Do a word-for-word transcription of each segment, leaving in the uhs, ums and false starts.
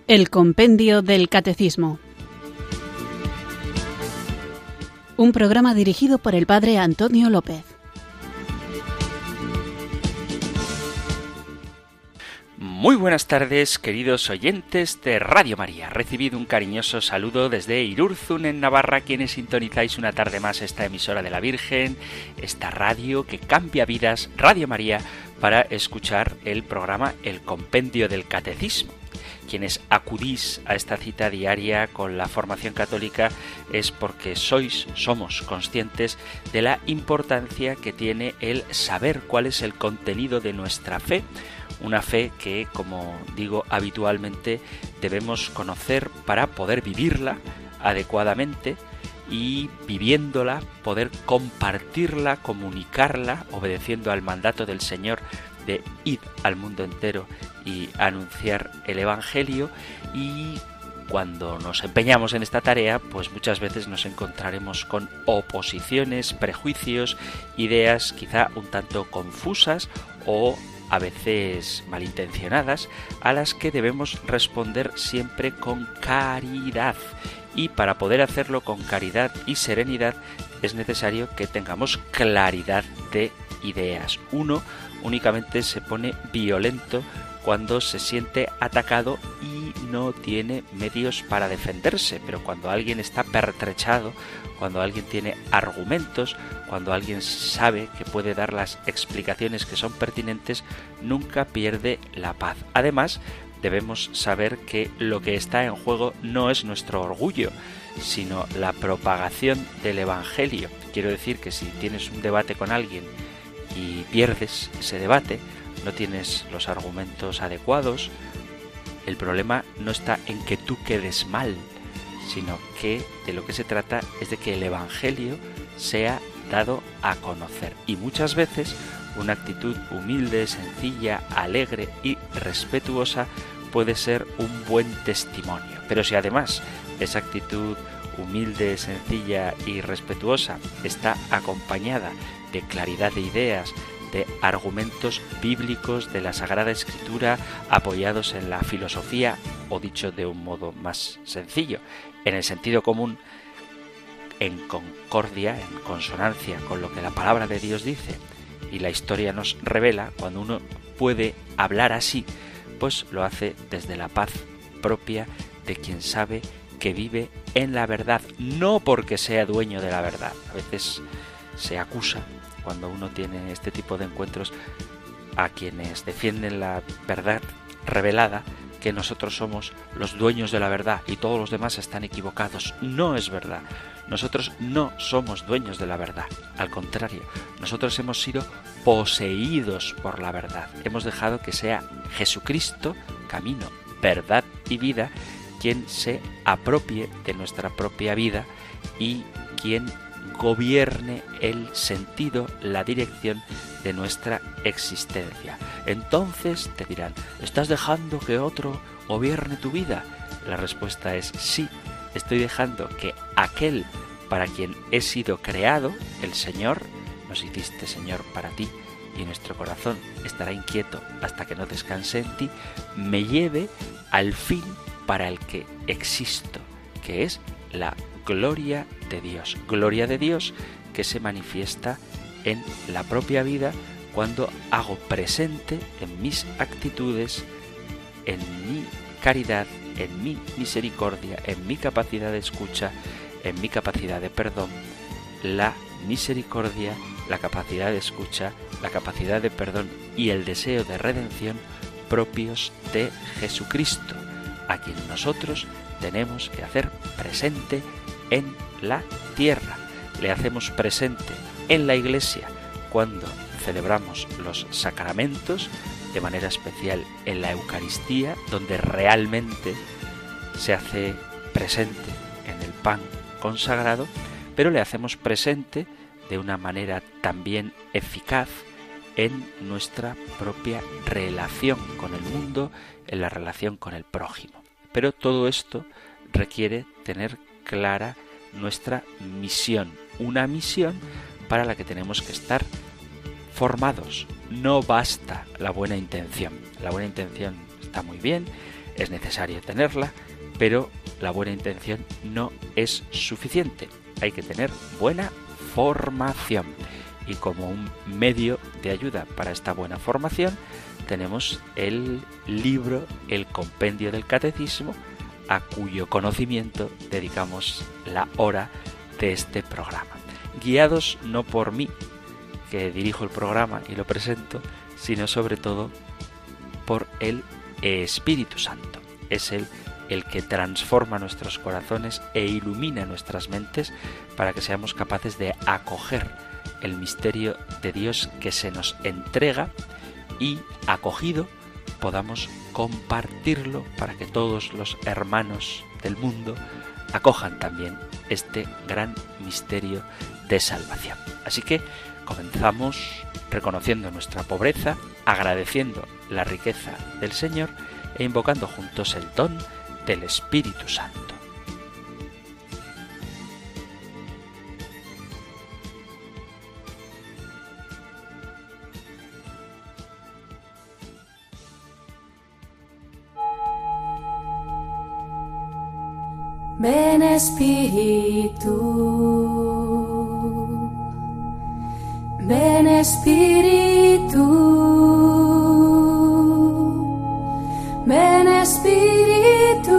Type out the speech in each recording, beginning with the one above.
El Compendio del Catecismo. Un programa dirigido por el Padre Antonio López. Muy buenas tardes, queridos oyentes de Radio María. Recibid un cariñoso saludo desde Irurzun, en Navarra, quienes sintonizáis una tarde más esta emisora de la Virgen, esta radio que cambia vidas, Radio María, para escuchar el programa El Compendio del Catecismo. Quienes acudís a esta cita diaria con la formación católica es porque sois, somos conscientes de la importancia que tiene el saber cuál es el contenido de nuestra fe. Una fe que, como digo habitualmente, debemos conocer para poder vivirla adecuadamente y, viviéndola, poder compartirla, comunicarla, obedeciendo al mandato del Señor de ir al mundo entero y anunciar el Evangelio. Y cuando nos empeñamos en esta tarea, pues muchas veces nos encontraremos con oposiciones, prejuicios, ideas quizá un tanto confusas o a veces malintencionadas, a las que debemos responder siempre con caridad. Y para poder hacerlo con caridad y serenidad es necesario que tengamos claridad de ideas. Uno únicamente se pone violento cuando se siente atacado y no tiene medios para defenderse, pero cuando alguien está pertrechado, cuando alguien tiene argumentos, cuando alguien sabe que puede dar las explicaciones que son pertinentes, nunca pierde la paz. Además, debemos saber que lo que está en juego no es nuestro orgullo, sino la propagación del Evangelio. Quiero decir que si tienes un debate con alguien y pierdes ese debate, no tienes los argumentos adecuados, el problema no está en que tú quedes mal, sino que de lo que se trata es de que el Evangelio sea dado a conocer. Y muchas veces una actitud humilde, sencilla, alegre y respetuosa puede ser un buen testimonio. Pero si además esa actitud humilde, sencilla y respetuosa está acompañada de claridad de ideas, de argumentos bíblicos de la Sagrada Escritura apoyados en la filosofía, o dicho de un modo más sencillo, en el sentido común, en concordia, en consonancia con lo que la palabra de Dios dice y la historia nos revela, cuando uno puede hablar así, pues lo hace desde la paz propia de quien sabe que vive en la verdad, no porque sea dueño de la verdad. A veces se acusa, cuando uno tiene este tipo de encuentros, a quienes defienden la verdad revelada, que nosotros somos los dueños de la verdad y todos los demás están equivocados. No es verdad. Nosotros no somos dueños de la verdad. Al contrario, nosotros hemos sido poseídos por la verdad. Hemos dejado que sea Jesucristo, camino, verdad y vida, quien se apropie de nuestra propia vida y quien gobierne el sentido, la dirección de nuestra existencia. Entonces te dirán, ¿estás dejando que otro gobierne tu vida? La respuesta es sí, estoy dejando que aquel para quien he sido creado, el Señor, nos hiciste Señor para ti, y nuestro corazón estará inquieto hasta que no descanse en ti, me lleve al fin para el que existo, que es la gloria de Dios. Gloria de Dios que se manifiesta en la propia vida cuando hago presente en mis actitudes, en mi caridad, en mi misericordia, en mi capacidad de escucha, en mi capacidad de perdón, la misericordia, la capacidad de escucha, la capacidad de perdón y el deseo de redención propios de Jesucristo, a quien nosotros tenemos que hacer presente en la tierra. Le hacemos presente en la Iglesia cuando celebramos los sacramentos, de manera especial en la Eucaristía, donde realmente se hace presente en el pan consagrado, pero le hacemos presente de una manera también eficaz en nuestra propia relación con el mundo, en la relación con el prójimo. Pero todo esto requiere tener clara nuestra misión, una misión para la que tenemos que estar formados. No basta la buena intención. La buena intención está muy bien, Es necesario tenerla, pero la buena intención no es suficiente. Hay que tener buena formación. Y como un medio de ayuda para esta buena formación, tenemos el libro, el compendio del catecismo, a cuyo conocimiento dedicamos la hora de este programa. Guiados no por mí, que dirijo el programa y lo presento, sino sobre todo por el Espíritu Santo. Es Él el que transforma nuestros corazones e ilumina nuestras mentes para que seamos capaces de acoger el misterio de Dios que se nos entrega y, acogido, podamos compartirlo para que todos los hermanos del mundo acojan también este gran misterio de salvación. Así que comenzamos reconociendo nuestra pobreza, agradeciendo la riqueza del Señor e invocando juntos el don del Espíritu Santo. Ven Espíritu, ven Espíritu, ven Espíritu.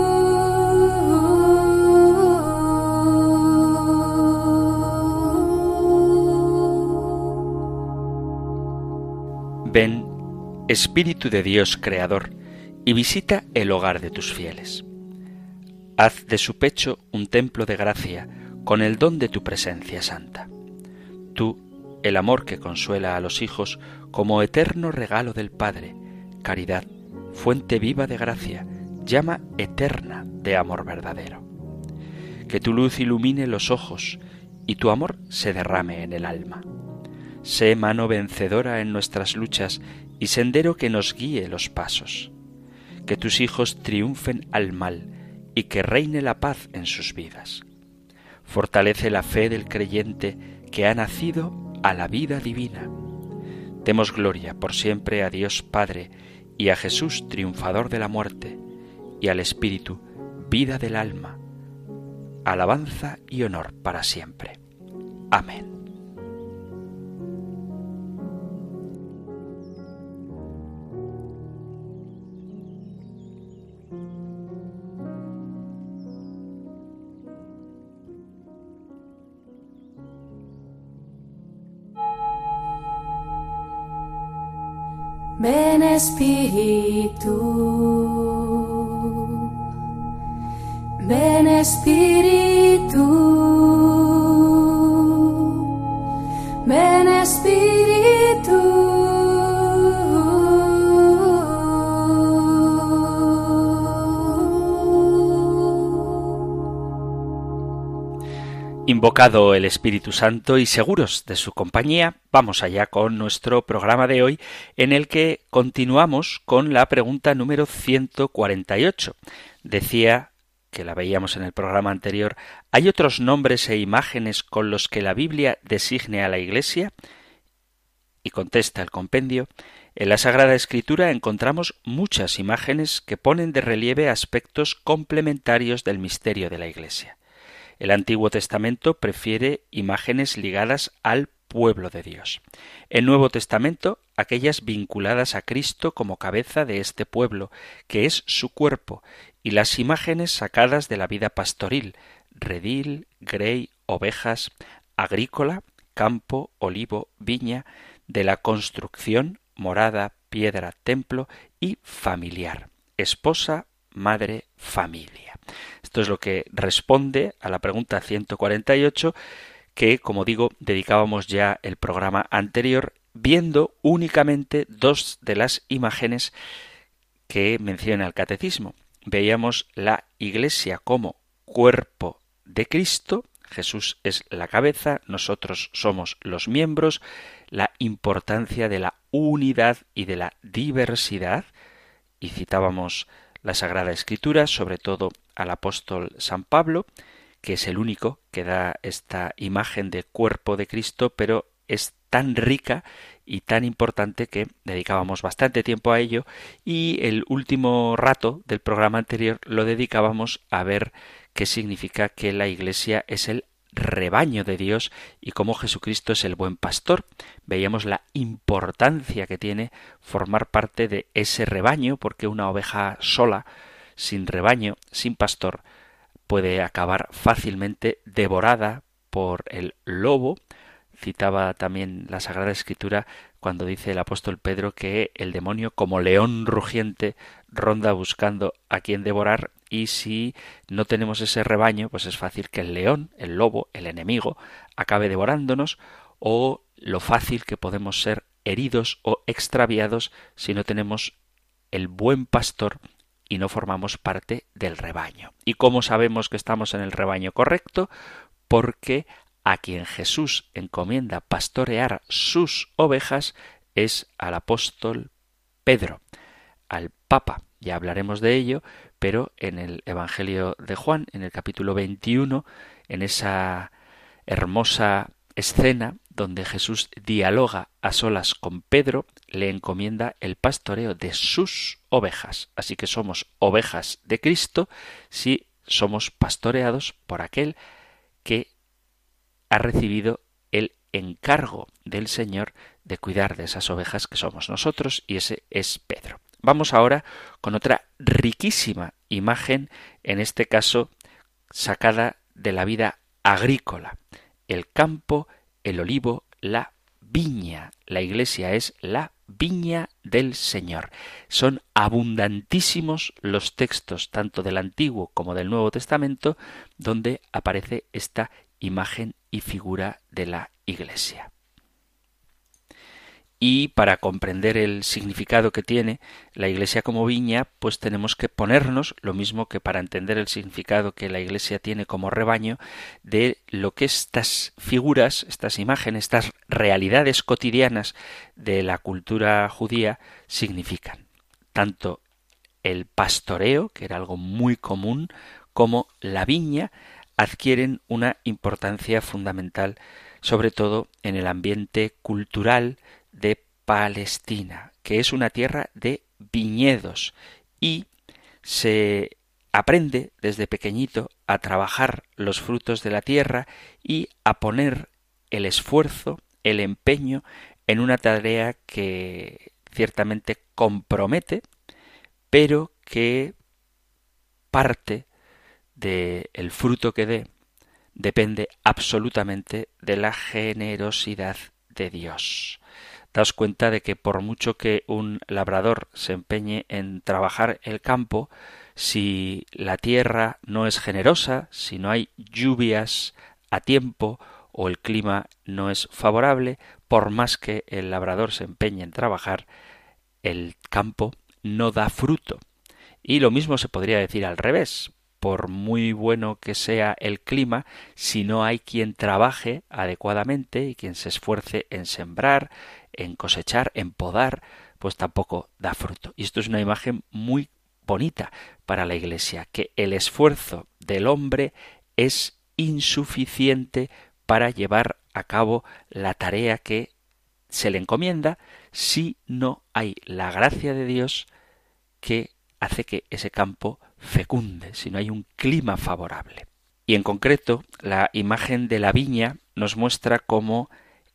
Ven, Espíritu de Dios Creador, y visita el hogar de tus fieles. Haz de su pecho un templo de gracia con el don de tu presencia santa. Tú, el amor que consuela a los hijos como eterno regalo del Padre, caridad, fuente viva de gracia, llama eterna de amor verdadero. Que tu luz ilumine los ojos y tu amor se derrame en el alma. Sé mano vencedora en nuestras luchas y sendero que nos guíe los pasos. Que tus hijos triunfen al mal y que reine la paz en sus vidas. Fortalece la fe del creyente que ha nacido a la vida divina. Demos gloria por siempre a Dios Padre y a Jesús, triunfador de la muerte, y al Espíritu, vida del alma. Alabanza y honor para siempre. Amén. Ven Espíritu, ven Espíritu, ven Espíritu. Invocado el Espíritu Santo y seguros de su compañía, vamos allá con nuestro programa de hoy, en el que continuamos con la pregunta número ciento cuarenta y ocho. Decía, que la veíamos en el programa anterior, ¿hay otros nombres e imágenes con los que la Biblia designe a la Iglesia? Y contesta el compendio, en la Sagrada Escritura encontramos muchas imágenes que ponen de relieve aspectos complementarios del misterio de la Iglesia. El Antiguo Testamento prefiere imágenes ligadas al pueblo de Dios. El Nuevo Testamento, aquellas vinculadas a Cristo como cabeza de este pueblo, que es su cuerpo, y las imágenes sacadas de la vida pastoril, redil, grey, ovejas, agrícola, campo, olivo, viña, de la construcción, morada, piedra, templo y familiar, esposa, madre, familia. Esto es lo que responde a la pregunta ciento cuarenta y ocho, que, como digo, dedicábamos ya el programa anterior, viendo únicamente dos de las imágenes que menciona el Catecismo. Veíamos la Iglesia como cuerpo de Cristo, Jesús es la cabeza, nosotros somos los miembros, la importancia de la unidad y de la diversidad, y citábamos la Sagrada Escritura, sobre todo al apóstol San Pablo, que es el único que da esta imagen de cuerpo de Cristo, pero es tan rica y tan importante que dedicábamos bastante tiempo a ello, y el último rato del programa anterior lo dedicábamos a ver qué significa que la Iglesia es el rebaño de Dios y cómo Jesucristo es el buen pastor. Veíamos la importancia que tiene formar parte de ese rebaño, porque una oveja sola, sin rebaño, sin pastor, puede acabar fácilmente devorada por el lobo. Citaba también la Sagrada Escritura cuando dice el apóstol Pedro que el demonio, como león rugiente, ronda buscando a quien devorar, y si no tenemos ese rebaño, pues es fácil que el león, el lobo, el enemigo, acabe devorándonos, o lo fácil que podemos ser heridos o extraviados si no tenemos el buen pastor y no formamos parte del rebaño. ¿Y cómo sabemos que estamos en el rebaño correcto? Porque a quien Jesús encomienda pastorear sus ovejas es al apóstol Pedro, al Papa. Ya hablaremos de ello, pero en el Evangelio de Juan, en el capítulo veintiuno, en esa hermosa escena donde Jesús dialoga a solas con Pedro, le encomienda el pastoreo de sus ovejas. Así que somos ovejas de Cristo si somos pastoreados por aquel que ha recibido el encargo del Señor de cuidar de esas ovejas que somos nosotros, y ese es Pedro. Vamos ahora con otra riquísima imagen, en este caso sacada de la vida agrícola. El campo, el olivo, la viña. La Iglesia es la viña del Señor. Son abundantísimos los textos, tanto del Antiguo como del Nuevo Testamento, donde aparece esta imagen y figura de la Iglesia. Y para comprender el significado que tiene la Iglesia como viña, pues tenemos que ponernos, lo mismo que para entender el significado que la Iglesia tiene como rebaño, de lo que estas figuras, estas imágenes, estas realidades cotidianas de la cultura judía significan. Tanto el pastoreo, que era algo muy común, como la viña, adquieren una importancia fundamental, sobre todo en el ambiente cultural de Palestina, que es una tierra de viñedos, y se aprende desde pequeñito a trabajar los frutos de la tierra y a poner el esfuerzo, el empeño en una tarea que ciertamente compromete, pero que parte del fruto que dé depende absolutamente de la generosidad de Dios. Daos cuenta de que por mucho que un labrador se empeñe en trabajar el campo, si la tierra no es generosa, si no hay lluvias a tiempo o el clima no es favorable, por más que el labrador se empeñe en trabajar, el campo no da fruto. Y lo mismo se podría decir al revés. Por muy bueno que sea el clima, si no hay quien trabaje adecuadamente y quien se esfuerce en sembrar, en cosechar, en podar, pues tampoco da fruto. Y esto es una imagen muy bonita para la Iglesia, que el esfuerzo del hombre es insuficiente para llevar a cabo la tarea que se le encomienda si no hay la gracia de Dios que hace que ese campo fecunde, si no hay un clima favorable. Y en concreto, la imagen de la viña nos muestra cómo,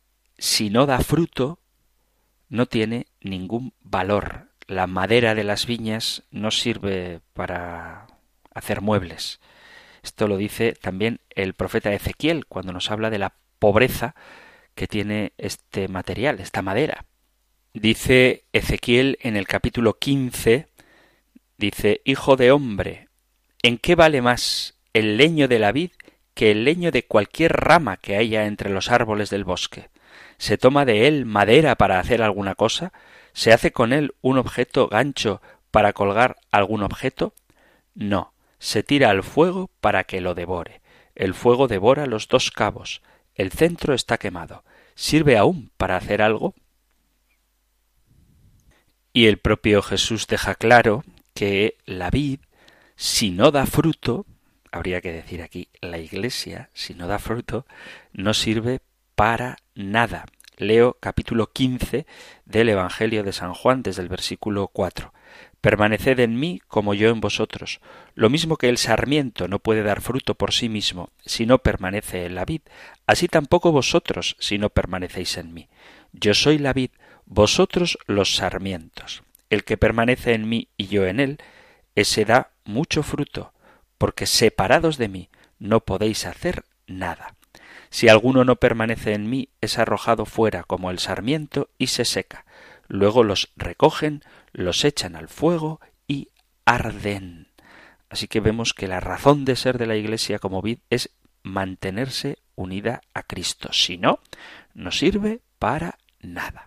si no da fruto, no tiene ningún valor. La madera de las viñas no sirve para hacer muebles. Esto lo dice también el profeta Ezequiel cuando nos habla de la pobreza que tiene este material, esta madera. Dice Ezequiel en el capítulo quince, dice: Hijo de hombre, ¿en qué vale más el leño de la vid que el leño de cualquier rama que haya entre los árboles del bosque? ¿Se toma de él madera para hacer alguna cosa? ¿Se hace con él un objeto gancho para colgar algún objeto? No, se tira al fuego para que lo devore. El fuego devora los dos cabos. El centro está quemado. ¿Sirve aún para hacer algo? Y el propio Jesús deja claro que la vid, si no da fruto, habría que decir aquí la Iglesia, si no da fruto, no sirve para nada. Leo capítulo quince del Evangelio de San Juan desde el versículo cuatro. Permaneced en mí como yo en vosotros. Lo mismo que el sarmiento no puede dar fruto por sí mismo si no permanece en la vid, así tampoco vosotros si no permanecéis en mí. Yo soy la vid, vosotros los sarmientos. El que permanece en mí y yo en él, ese da mucho fruto, porque separados de mí no podéis hacer nada. Si alguno no permanece en mí, es arrojado fuera como el sarmiento y se seca. Luego los recogen, los echan al fuego y arden. Así que vemos que la razón de ser de la Iglesia como vid es mantenerse unida a Cristo. Si no, no sirve para nada.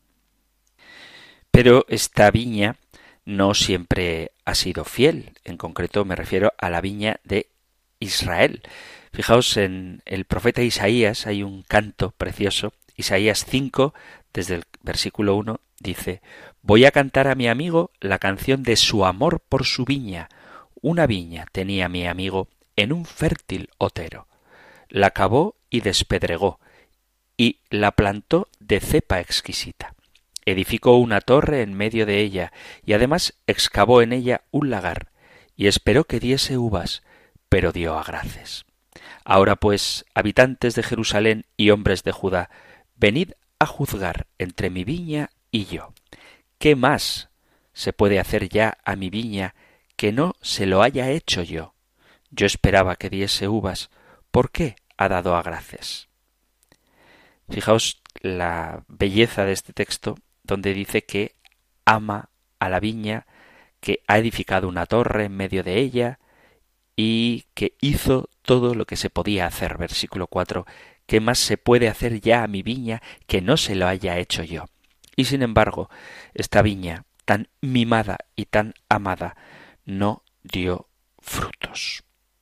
Pero esta viña no siempre ha sido fiel. En concreto me refiero a la viña de Israel. Fijaos, en el profeta Isaías hay un canto precioso. Isaías cinco, desde el versículo uno, dice: Voy a cantar a mi amigo la canción de su amor por su viña. Una viña tenía mi amigo en un fértil otero. La cavó y despedregó, y la plantó de cepa exquisita. Edificó una torre en medio de ella, y además excavó en ella un lagar, y esperó que diese uvas, pero dio agraces. Ahora pues, habitantes de Jerusalén y hombres de Judá, venid a juzgar entre mi viña y yo. ¿Qué más se puede hacer ya a mi viña que no se lo haya hecho yo? Yo esperaba que diese uvas. ¿Por qué ha dado agraces? Fijaos la belleza de este texto, donde dice que ama a la viña, que ha edificado una torre en medio de ella y que hizo todo lo que se podía hacer. Versículo cuatro. ¿Qué más se puede hacer ya a mi viña que no se lo haya hecho yo? Y sin embargo, esta viña, tan mimada y tan amada, no dio frutos.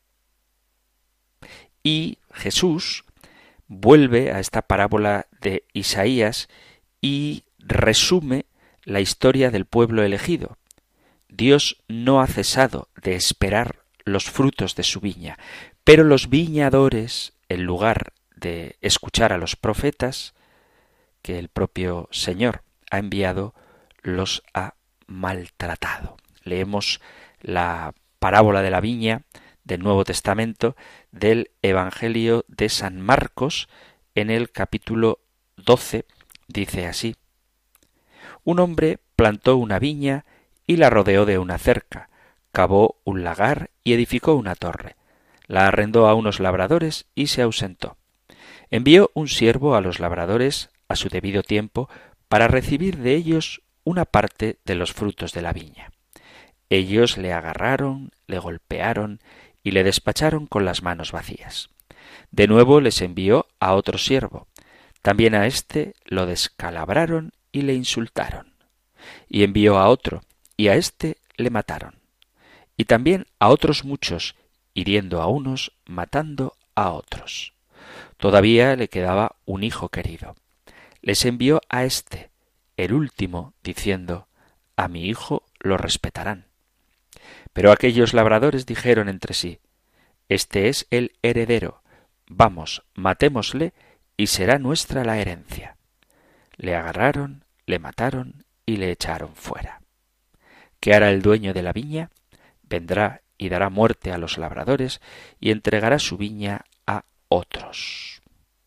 Y Jesús vuelve a esta parábola de Isaías y resume la historia del pueblo elegido. Dios no ha cesado de esperar los frutos de su viña, pero los viñadores, en lugar de escuchar a los profetas que el propio Señor ha enviado, los ha maltratado. Leemos la parábola de la viña del Nuevo Testamento del Evangelio de San Marcos en el capítulo doce. Dice así: Un hombre plantó una viña y la rodeó de una cerca, cavó un lagar y edificó una torre. La arrendó a unos labradores y se ausentó. Envió un siervo a los labradores a su debido tiempo para recibir de ellos una parte de los frutos de la viña. Ellos le agarraron, le golpearon y le despacharon con las manos vacías. De nuevo les envió a otro siervo. También a éste lo descalabraron y le insultaron. Y envió a otro, y a éste le mataron. Y también a otros muchos, hiriendo a unos, matando a otros. Todavía le quedaba un hijo querido. Les envió a éste, el último, diciendo: A mi hijo lo respetarán. Pero aquellos labradores dijeron entre sí: Este es el heredero, vamos, matémosle y será nuestra la herencia. Le agarraron, le mataron y le echaron fuera. ¿Qué hará el dueño de la viña? Vendrá y dará muerte a los labradores y entregará su viña a otros.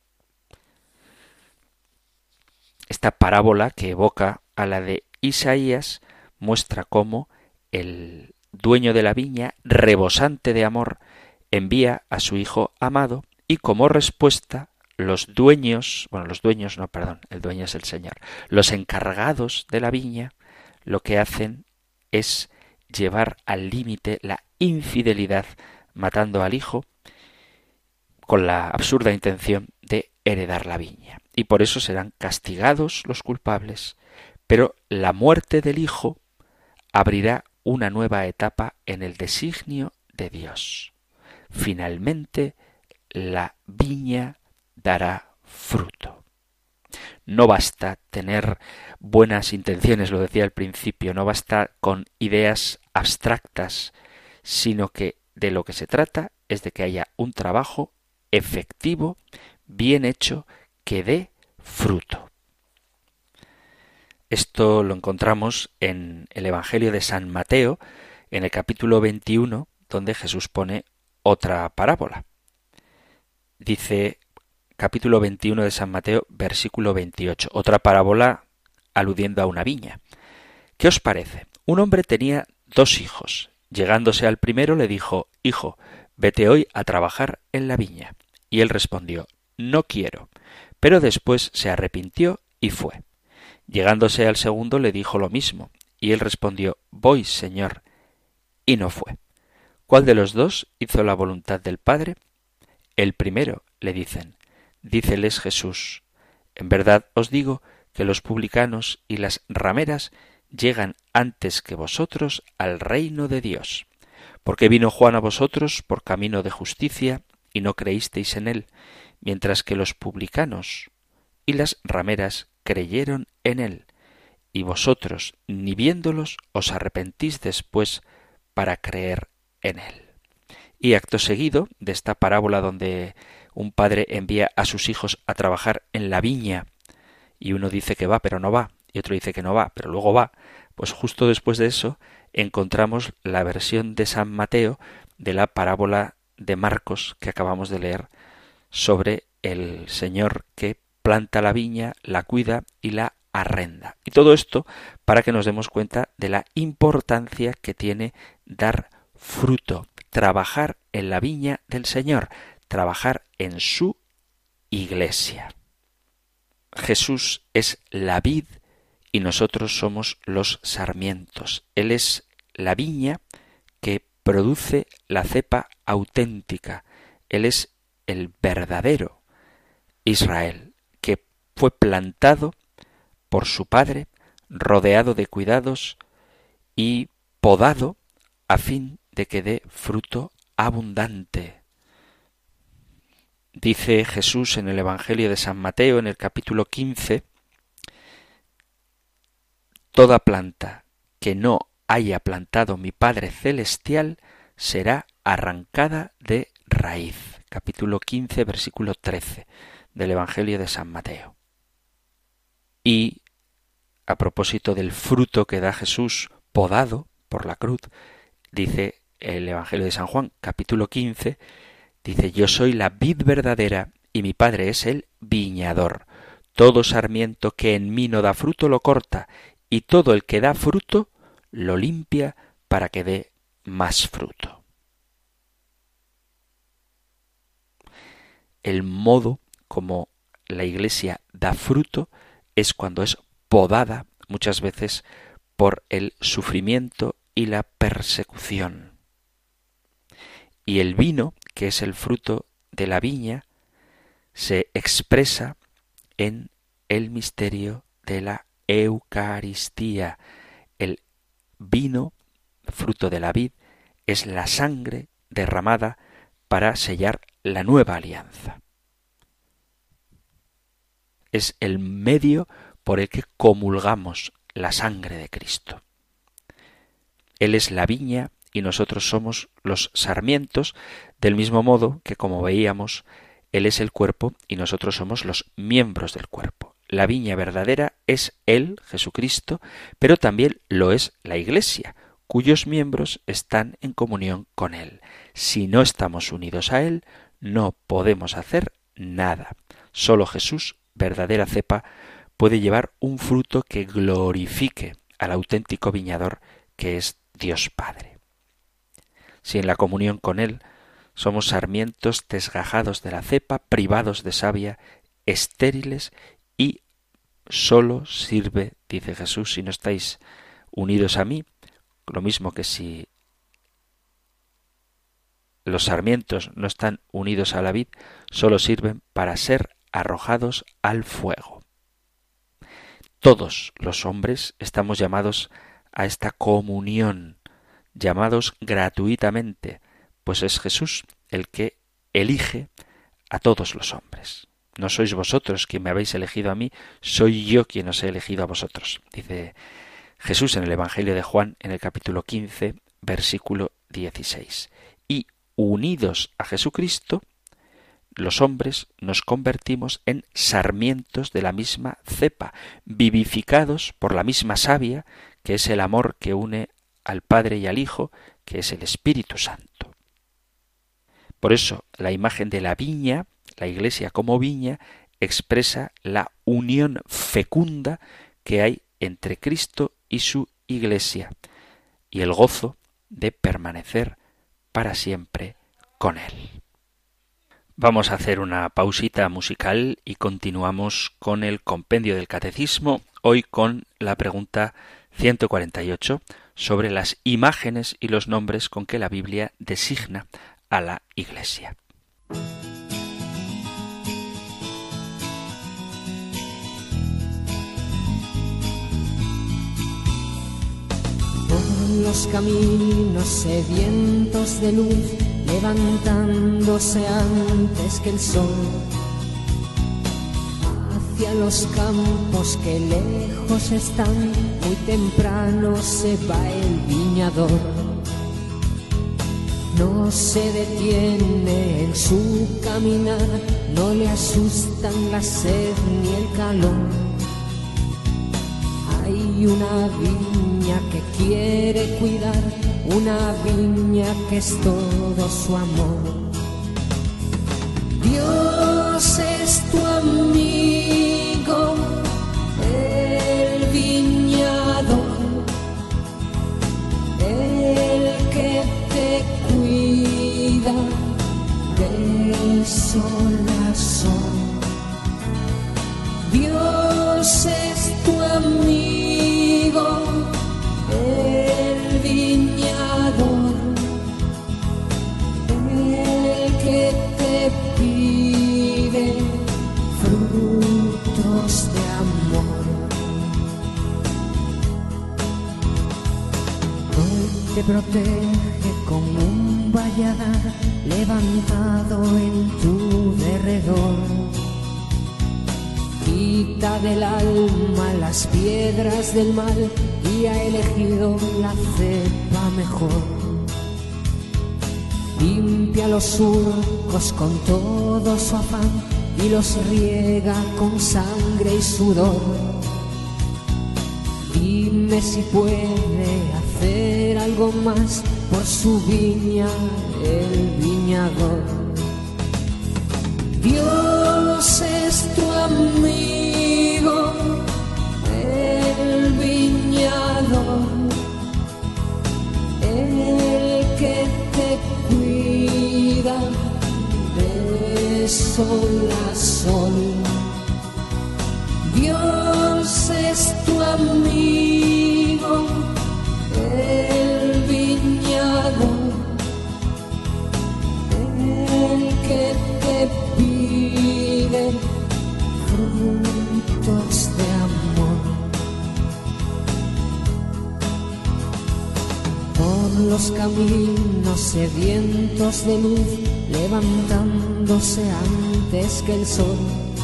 Esta parábola, que evoca a la de Isaías, muestra cómo el dueño de la viña, rebosante de amor, envía a su hijo amado y como respuesta los dueños, bueno, los dueños no, perdón, el dueño es el Señor, los encargados de la viña, lo que hacen es llevar al límite la infidelidad, matando al hijo con la absurda intención de heredar la viña. Y por eso serán castigados los culpables. Pero la muerte del hijo abrirá una nueva etapa en el designio de Dios. Finalmente, la viña dará fruto. No basta tener buenas intenciones, lo decía al principio, no basta con ideas abstractas, sino que de lo que se trata es de que haya un trabajo efectivo, bien hecho, que dé fruto. Esto lo encontramos en el Evangelio de San Mateo, en el capítulo veintiuno, donde Jesús pone otra parábola. Dice, capítulo veintiuno de San Mateo, versículo veintiocho, otra parábola aludiendo a una viña. ¿Qué os parece? Un hombre tenía dos hijos. Llegándose al primero le dijo, Hijo, vete hoy a trabajar en la viña. Y él respondió, No quiero. Pero después se arrepintió y fue. Llegándose al segundo le dijo lo mismo, y él respondió, Voy, Señor, y no fue. ¿Cuál de los dos hizo la voluntad del Padre? El primero, le dicen. Díceles Jesús, En verdad os digo que los publicanos y las rameras llegan antes que vosotros al reino de Dios. Porque vino Juan a vosotros por camino de justicia, y no creísteis en él, mientras que los publicanos y las rameras creyeron en él, y vosotros, ni viéndolos, os arrepentís después para creer en él. Y acto seguido de esta parábola donde un padre envía a sus hijos a trabajar en la viña, y uno dice que va pero no va, y otro dice que no va pero luego va, pues justo después de eso encontramos la versión de San Mateo de la parábola de Marcos que acabamos de leer sobre el Señor que planta la viña, la cuida y la arrenda. Y todo esto para que nos demos cuenta de la importancia que tiene dar fruto, trabajar en la viña del Señor, trabajar en su iglesia. Jesús es la vid y nosotros somos los sarmientos. Él es la viña que produce la cepa auténtica. Él es el verdadero Israel, que fue plantado por su Padre, rodeado de cuidados y podado a fin de que dé fruto abundante. Dice Jesús en el Evangelio de San Mateo, en el capítulo quince, Toda planta que no haya plantado mi Padre Celestial será arrancada de raíz. Capítulo quince, versículo trece del Evangelio de San Mateo. Y a propósito del fruto que da Jesús podado por la cruz, dice el Evangelio de San Juan, capítulo quince, dice, Yo soy la vid verdadera y mi Padre es el viñador. Todo sarmiento que en mí no da fruto lo corta, y todo el que da fruto lo limpia para que dé más fruto. El modo como la Iglesia da fruto es cuando es podada muchas veces por el sufrimiento y la persecución. Y el vino, que es el fruto de la viña, se expresa en el misterio de la Eucaristía. El vino, fruto de la vid, es la sangre derramada para sellar la nueva alianza. Es el medio por el que comulgamos la sangre de Cristo. Él es la viña y nosotros somos los sarmientos, del mismo modo que, como veíamos, Él es el cuerpo y nosotros somos los miembros del cuerpo. La viña verdadera es Él, Jesucristo, pero también lo es la Iglesia, cuyos miembros están en comunión con Él. Si no estamos unidos a Él, no podemos hacer nada. Solo Jesús, verdadera cepa, puede llevar un fruto que glorifique al auténtico viñador que es Dios Padre. Si en la comunión con Él somos sarmientos desgajados de la cepa, privados de savia, estériles, y solo sirve, dice Jesús, si no estáis unidos a mí, lo mismo que si los sarmientos no están unidos a la vid, solo sirven para ser arrojados al fuego. Todos los hombres estamos llamados a esta comunión, llamados gratuitamente, pues es Jesús el que elige a todos los hombres. No sois vosotros quien me habéis elegido a mí, soy yo quien os he elegido a vosotros, dice Jesús en el Evangelio de Juan, en el capítulo quince, versículo dieciséis. Y unidos a Jesucristo, los hombres nos convertimos en sarmientos de la misma cepa, vivificados por la misma savia, que es el amor que une al Padre y al Hijo, que es el Espíritu Santo. Por eso, la imagen de la viña, la Iglesia como viña, expresa la unión fecunda que hay entre Cristo y su Iglesia, y el gozo de permanecer para siempre con Él. Vamos a hacer una pausita musical y continuamos con el compendio del Catecismo, hoy con la pregunta ciento cuarenta y ocho sobre las imágenes y los nombres con que la Biblia designa a la Iglesia. Por los caminos sedientos de luz, levantándose antes que el sol, hacia los campos que lejos están, muy temprano se va el viñador. No se detiene en su caminar, no le asustan la sed ni el calor. Hay una viña que quiere cuidar, una viña que es todo su amor. Dios es tu amigo, el viñador, el que te cuida de sol a sol. Dios es tu amigo, el viñador, el que te pide frutos de amor. Hoy te protege con un valladar levantado en tu derredor. Quita del alma las piedras del mal y ha elegido la cepa mejor. Limpia los surcos con todo su afán y los riega con sangre y sudor. Dime si puede hacer algo más por su viña el viñador. Dios es tu amigo, el viñador, el que te cuida de sol a sol. Dios es tu amigo, el viñador, el que te pide frutos de amor. Por los caminos sedientos de luz, levantándose antes que el sol,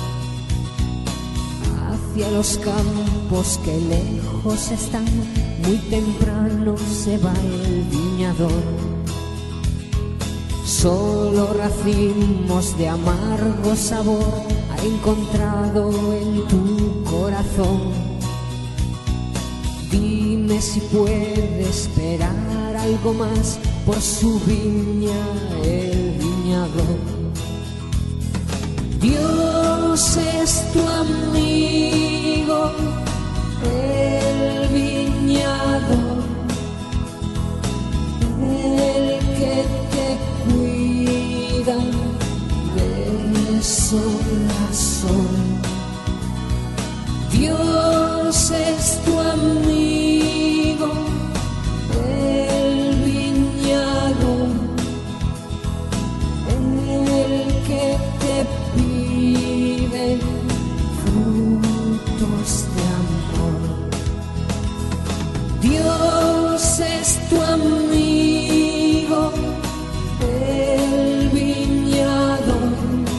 hacia los campos que lejos están, muy temprano se va el viñador. Solo racimos de amargo sabor ha encontrado en tu corazón. Dime si puede esperar algo más por su viña el viñador. Dios es tu amigo, el viñador, el que te cuida de sol a sol. Dios es tu amigo, el viñador, el que te pide frutos de amor. Dios es tu amigo, el viñador,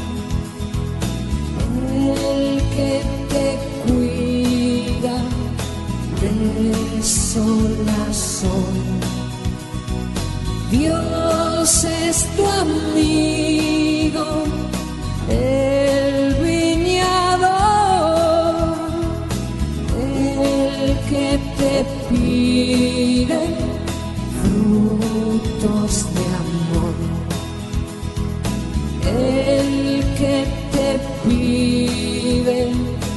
el que te cuida de sol a sol. Dios es tu amigo, te pide frutos de amor, el que te pide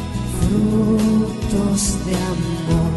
frutos de amor.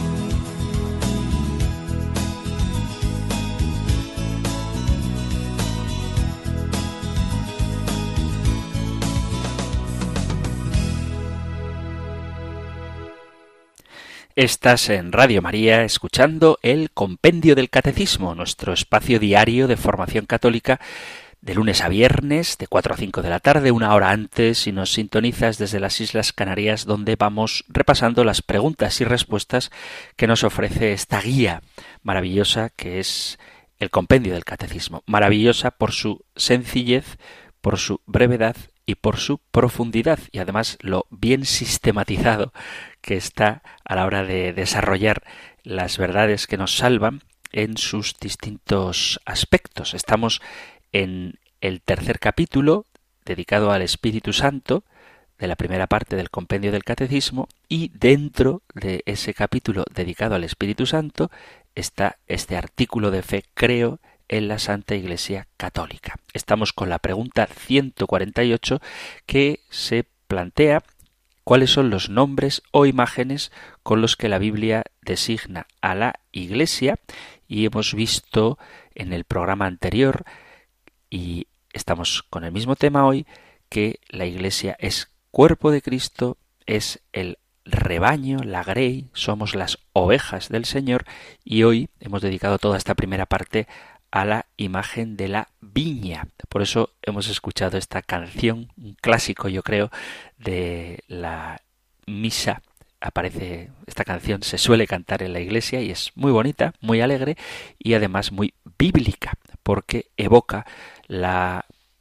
Estás en Radio María escuchando el Compendio del Catecismo, nuestro espacio diario de formación católica de lunes a viernes, de cuatro a cinco de la tarde, una hora antes, si nos sintonizas desde las Islas Canarias, donde vamos repasando las preguntas y respuestas que nos ofrece esta guía maravillosa que es el Compendio del Catecismo. Maravillosa por su sencillez, por su brevedad y por su profundidad, y además lo bien sistematizado que está a la hora de desarrollar las verdades que nos salvan en sus distintos aspectos. Estamos en el tercer capítulo dedicado al Espíritu Santo de la primera parte del Compendio del Catecismo, y dentro de ese capítulo dedicado al Espíritu Santo está este artículo de fe: creo en la Santa Iglesia Católica. Estamos con la pregunta ciento cuarenta y ocho, que se plantea cuáles son los nombres o imágenes con los que la Biblia designa a la Iglesia, y hemos visto en el programa anterior, y estamos con el mismo tema hoy, que la Iglesia es cuerpo de Cristo, es el rebaño, la grey, somos las ovejas del Señor, y hoy hemos dedicado toda esta primera parte a la imagen de la viña. Por eso hemos escuchado esta canción, un clásico, yo creo, de la misa. Aparece esta canción, se suele cantar en la iglesia y es muy bonita, muy alegre y además muy bíblica, porque evoca la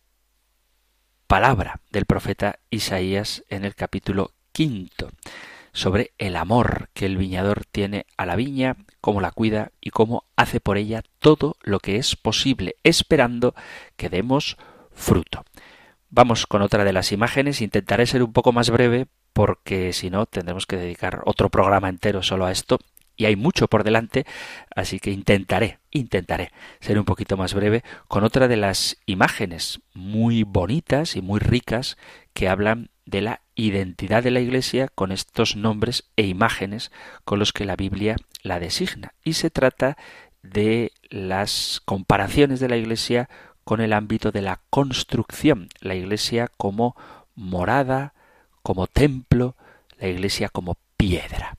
palabra del profeta Isaías en el capítulo quinto, sobre el amor que el viñador tiene a la viña, cómo la cuida y cómo hace por ella todo lo que es posible, esperando que demos fruto. Vamos con otra de las imágenes. Intentaré ser un poco más breve, porque si no tendremos que dedicar otro programa entero solo a esto, y hay mucho por delante, así que intentaré, intentaré ser un poquito más breve con otra de las imágenes muy bonitas y muy ricas que hablan de la identidad de la Iglesia con estos nombres e imágenes con los que la Biblia la designa. Y se trata de las comparaciones de la Iglesia con el ámbito de la construcción. La Iglesia como morada, como templo, la Iglesia como piedra.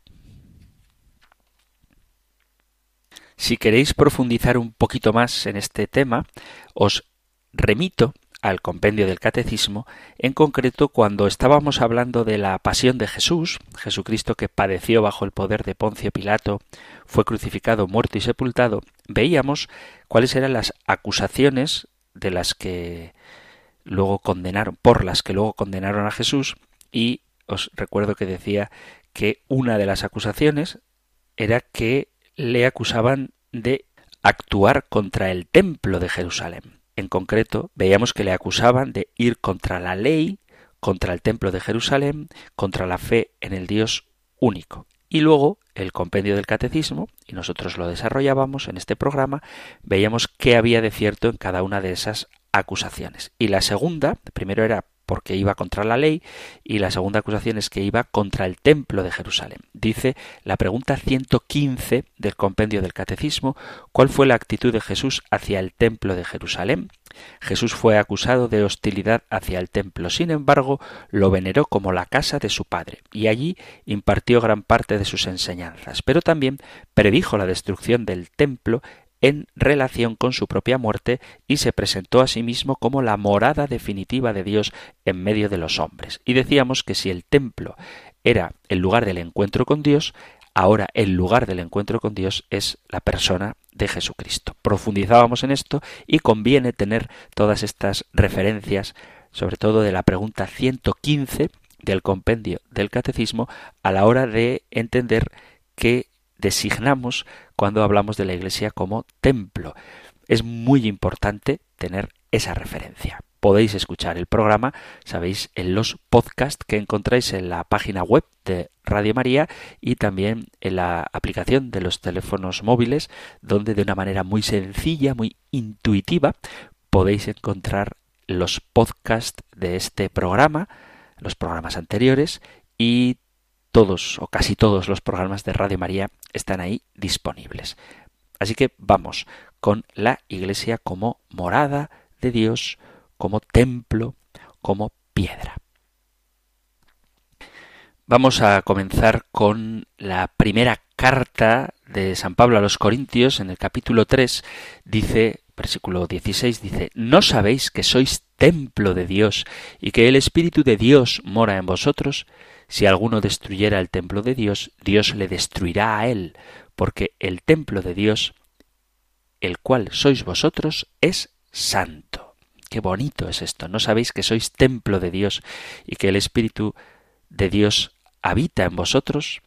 Si queréis profundizar un poquito más en este tema, os remito al Compendio del Catecismo, en concreto cuando estábamos hablando de la pasión de Jesús, Jesucristo que padeció bajo el poder de Poncio Pilato, fue crucificado, muerto y sepultado. Veíamos cuáles eran las acusaciones de las que luego condenaron, por las que luego condenaron a Jesús, y os recuerdo que decía que una de las acusaciones era que le acusaban de actuar contra el templo de Jerusalén. En concreto, veíamos que le acusaban de ir contra la ley, contra el templo de Jerusalén, contra la fe en el Dios único. Y luego, el Compendio del Catecismo, y nosotros lo desarrollábamos en este programa, veíamos qué había de cierto en cada una de esas acusaciones. Y la segunda, primero era porque iba contra la ley, y la segunda acusación es que iba contra el templo de Jerusalén. Dice la pregunta ciento quince del Compendio del Catecismo: ¿cuál fue la actitud de Jesús hacia el templo de Jerusalén? Jesús fue acusado de hostilidad hacia el templo, sin embargo, lo veneró como la casa de su Padre, y allí impartió gran parte de sus enseñanzas, pero también predijo la destrucción del templo en relación con su propia muerte, y se presentó a sí mismo como la morada definitiva de Dios en medio de los hombres. Y decíamos que si el templo era el lugar del encuentro con Dios, ahora el lugar del encuentro con Dios es la persona de Jesucristo. Profundizábamos en esto y conviene tener todas estas referencias, sobre todo de la pregunta ciento quince del Compendio del Catecismo, a la hora de entender que designamos cuando hablamos de la Iglesia como templo. Es muy importante tener esa referencia. Podéis escuchar el programa, sabéis, en los podcasts que encontráis en la página web de Radio María y también en la aplicación de los teléfonos móviles, donde de una manera muy sencilla, muy intuitiva, podéis encontrar los podcasts de este programa, los programas anteriores, y todos o casi todos los programas de Radio María están ahí disponibles. Así que vamos con la Iglesia como morada de Dios, como templo, como piedra. Vamos a comenzar con la primera carta de San Pablo a los Corintios. En el capítulo tres dice, versículo dieciséis, dice: ¿No sabéis que sois templo de Dios y que el Espíritu de Dios mora en vosotros? Si alguno destruyera el templo de Dios, Dios le destruirá a él, porque el templo de Dios, el cual sois vosotros, es santo. Qué bonito es esto. ¿No sabéis que sois templo de Dios y que el Espíritu de Dios habita en vosotros?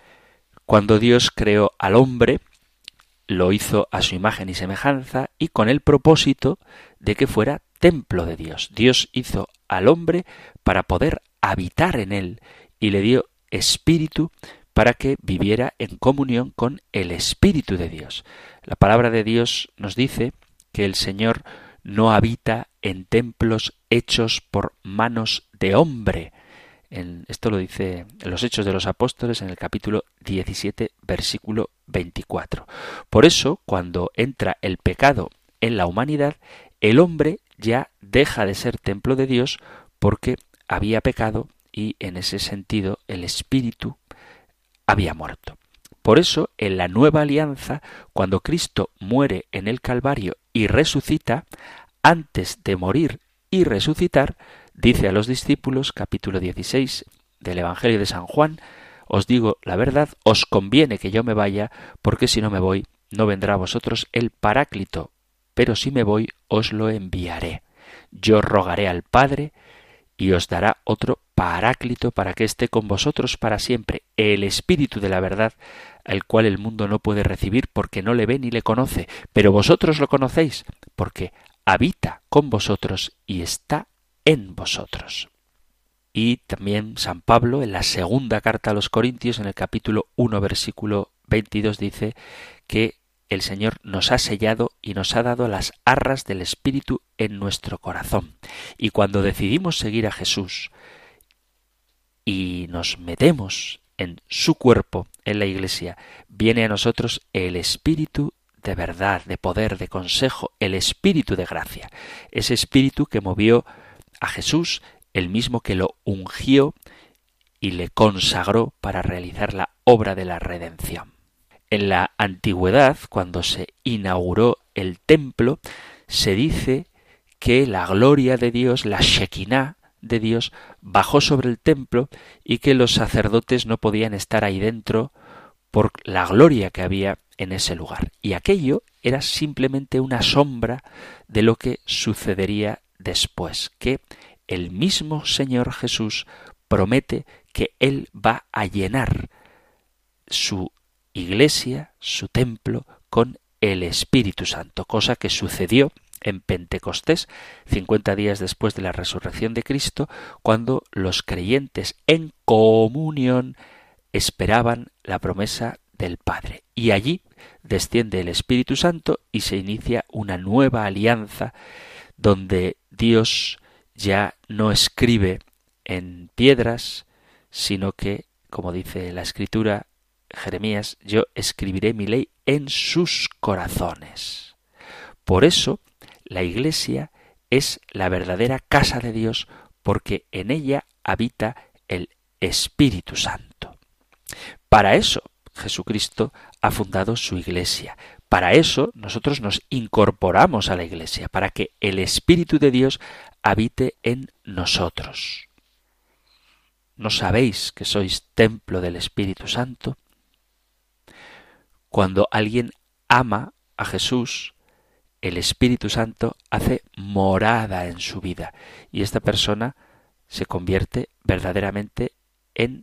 Cuando Dios creó al hombre, lo hizo a su imagen y semejanza y con el propósito de que fuera templo de Dios. Dios hizo al hombre para poder habitar en él y le dio espíritu para que viviera en comunión con el Espíritu de Dios. La palabra de Dios nos dice que el Señor no habita en templos hechos por manos de hombre. En, esto lo dice en los Hechos de los Apóstoles en el capítulo diecisiete, versículo veinticuatro. Por eso, cuando entra el pecado en la humanidad, el hombre ya deja de ser templo de Dios porque había pecado y en ese sentido el Espíritu había muerto. Por eso, en la nueva alianza, cuando Cristo muere en el Calvario y resucita, antes de morir y resucitar, dice a los discípulos, capítulo dieciséis del Evangelio de San Juan: os digo la verdad, os conviene que yo me vaya, porque si no me voy, no vendrá a vosotros el Paráclito, pero si me voy, os lo enviaré. Yo rogaré al Padre y os dará otro Paráclito para que esté con vosotros para siempre, el Espíritu de la verdad, al cual el mundo no puede recibir porque no le ve ni le conoce, pero vosotros lo conocéis, porque habita con vosotros y está en vosotros. Y también San Pablo, en la segunda carta a los Corintios, en el capítulo uno, versículo veintidós, dice que el Señor nos ha sellado y nos ha dado las arras del Espíritu en nuestro corazón. Y cuando decidimos seguir a Jesús y nos metemos en su cuerpo, en la Iglesia, viene a nosotros el Espíritu de verdad, de poder, de consejo, el Espíritu de gracia. Ese Espíritu que movió a Jesús, el mismo que lo ungió y le consagró para realizar la obra de la redención. En la antigüedad, cuando se inauguró el templo, se dice que la gloria de Dios, la Shekinah de Dios, bajó sobre el templo y que los sacerdotes no podían estar ahí dentro por la gloria que había en ese lugar. Y aquello era simplemente una sombra de lo que sucedería después, que el mismo Señor Jesús promete que Él va a llenar su iglesia, su templo, con el Espíritu Santo, cosa que sucedió en Pentecostés, cincuenta días después de la resurrección de Cristo, cuando los creyentes en comunión esperaban la promesa del Padre. Y allí desciende el Espíritu Santo y se inicia una nueva alianza donde Dios ya no escribe en piedras, sino que, como dice la Escritura, Jeremías: yo escribiré mi ley en sus corazones. Por eso, la Iglesia es la verdadera casa de Dios, porque en ella habita el Espíritu Santo. Para eso, Jesucristo ha fundado su Iglesia. Para eso, nosotros nos incorporamos a la Iglesia, para que el Espíritu de Dios habite en nosotros. ¿No sabéis que sois templo del Espíritu Santo? Cuando alguien ama a Jesús, el Espíritu Santo hace morada en su vida y esta persona se convierte verdaderamente en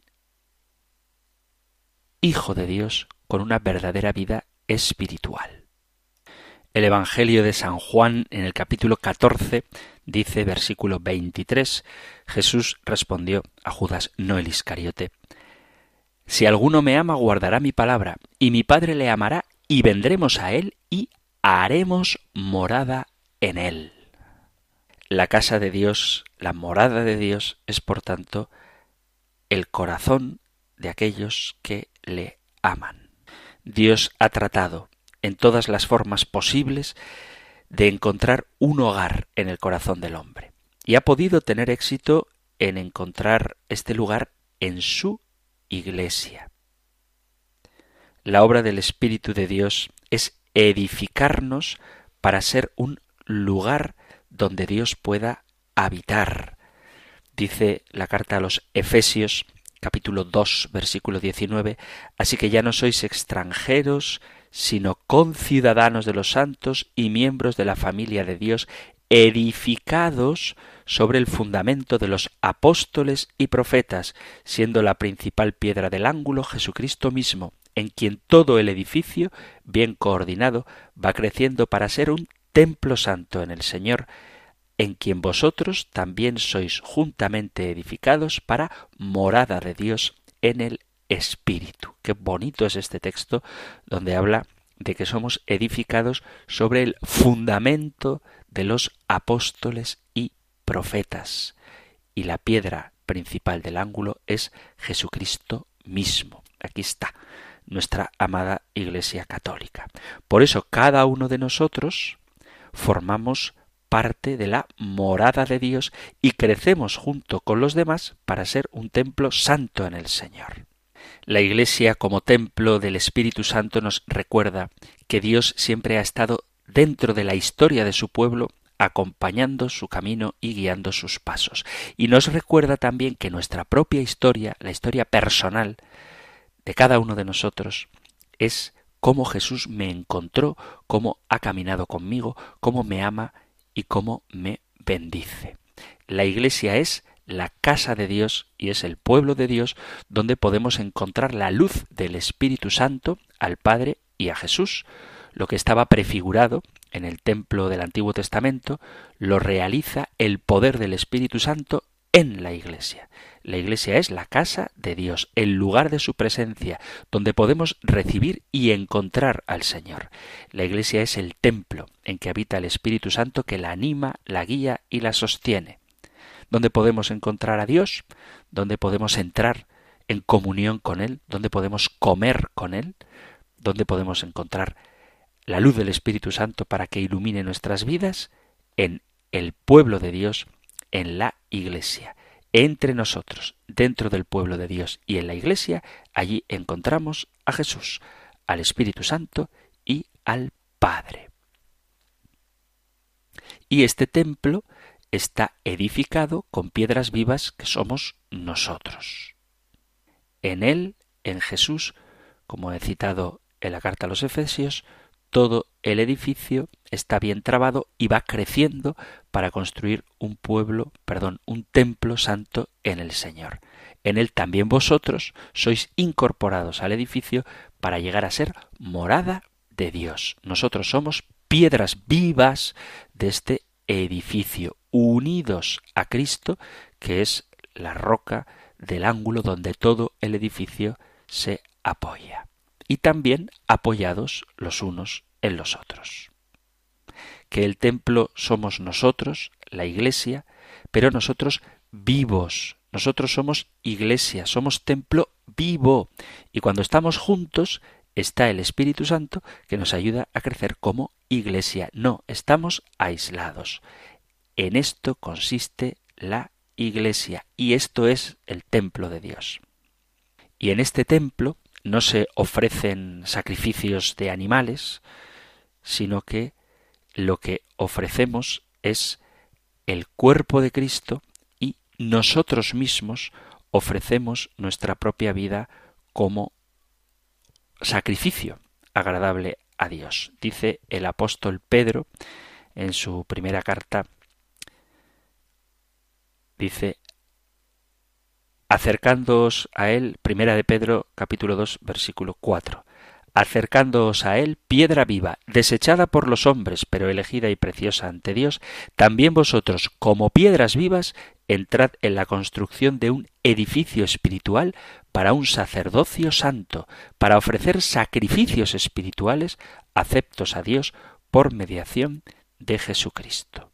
hijo de Dios con una verdadera vida espiritual. El Evangelio de San Juan, en el capítulo catorce, dice, versículo veintitrés, Jesús respondió a Judas, no el Iscariote: Si alguno me ama, guardará mi palabra, y mi Padre le amará, y vendremos a él y haremos morada en él. La casa de Dios, la morada de Dios, es por tanto el corazón de aquellos que le aman. Dios ha tratado en todas las formas posibles de encontrar un hogar en el corazón del hombre, y ha podido tener éxito en encontrar este lugar en su Iglesia. La obra del Espíritu de Dios es edificarnos para ser un lugar donde Dios pueda habitar. Dice la carta a los Efesios, capítulo dos, versículo diecinueve, así que ya no sois extranjeros, sino conciudadanos de los santos y miembros de la familia de Dios, edificados sobre el fundamento de los apóstoles y profetas, siendo la principal piedra del ángulo Jesucristo mismo, en quien todo el edificio, bien coordinado, va creciendo para ser un templo santo en el Señor, en quien vosotros también sois juntamente edificados para morada de Dios en el Espíritu. Qué bonito es este texto donde habla de que somos edificados sobre el fundamento de los apóstoles y profetas. Y la piedra principal del ángulo es Jesucristo mismo. Aquí está nuestra amada Iglesia Católica. Por eso cada uno de nosotros formamos parte de la morada de Dios y crecemos junto con los demás para ser un templo santo en el Señor. La Iglesia como templo del Espíritu Santo nos recuerda que Dios siempre ha estado dentro de la historia de su pueblo, acompañando su camino y guiando sus pasos. Y nos recuerda también que nuestra propia historia, la historia personal de cada uno de nosotros, es cómo Jesús me encontró, cómo ha caminado conmigo, cómo me ama y cómo me bendice. La Iglesia es la casa de Dios y es el pueblo de Dios donde podemos encontrar la luz del Espíritu Santo al Padre y a Jesús. Lo que estaba prefigurado en el templo del Antiguo Testamento lo realiza el poder del Espíritu Santo en la Iglesia. La Iglesia es la casa de Dios, el lugar de su presencia, donde podemos recibir y encontrar al Señor. La Iglesia es el templo en que habita el Espíritu Santo que la anima, la guía y la sostiene. Donde podemos encontrar a Dios, donde podemos entrar en comunión con Él, donde podemos comer con Él, donde podemos encontrar la luz del Espíritu Santo para que ilumine nuestras vidas, en el pueblo de Dios, en la Iglesia. Entre nosotros, dentro del pueblo de Dios y en la Iglesia, allí encontramos a Jesús, al Espíritu Santo y al Padre. Y este templo está edificado con piedras vivas que somos nosotros. En Él, en Jesús, como he citado en la carta a los Efesios, todo el edificio está bien trabado y va creciendo para construir un pueblo, perdón, un templo santo en el Señor. En Él también vosotros sois incorporados al edificio para llegar a ser morada de Dios. Nosotros somos piedras vivas de este edificio, unidos a Cristo, que es la roca del ángulo donde todo el edificio se apoya. Y también apoyados los unos en los otros. Que el templo somos nosotros, la Iglesia, pero nosotros vivos. Nosotros somos Iglesia, somos templo vivo. Y cuando estamos juntos está el Espíritu Santo que nos ayuda a crecer como Iglesia. No estamos aislados. En esto consiste la Iglesia y esto es el templo de Dios. Y en este templo no se ofrecen sacrificios de animales, sino que lo que ofrecemos es el cuerpo de Cristo y nosotros mismos ofrecemos nuestra propia vida como sacrificio agradable a Dios. Dice el apóstol Pedro en su primera carta, dice: acercándoos a él, primera de Pedro, capítulo dos, versículo cuatro. Acercándoos a él, piedra viva, desechada por los hombres, pero elegida y preciosa ante Dios, también vosotros, como piedras vivas, entrad en la construcción de un edificio espiritual para un sacerdocio santo, para ofrecer sacrificios espirituales aceptos a Dios por mediación de Jesucristo.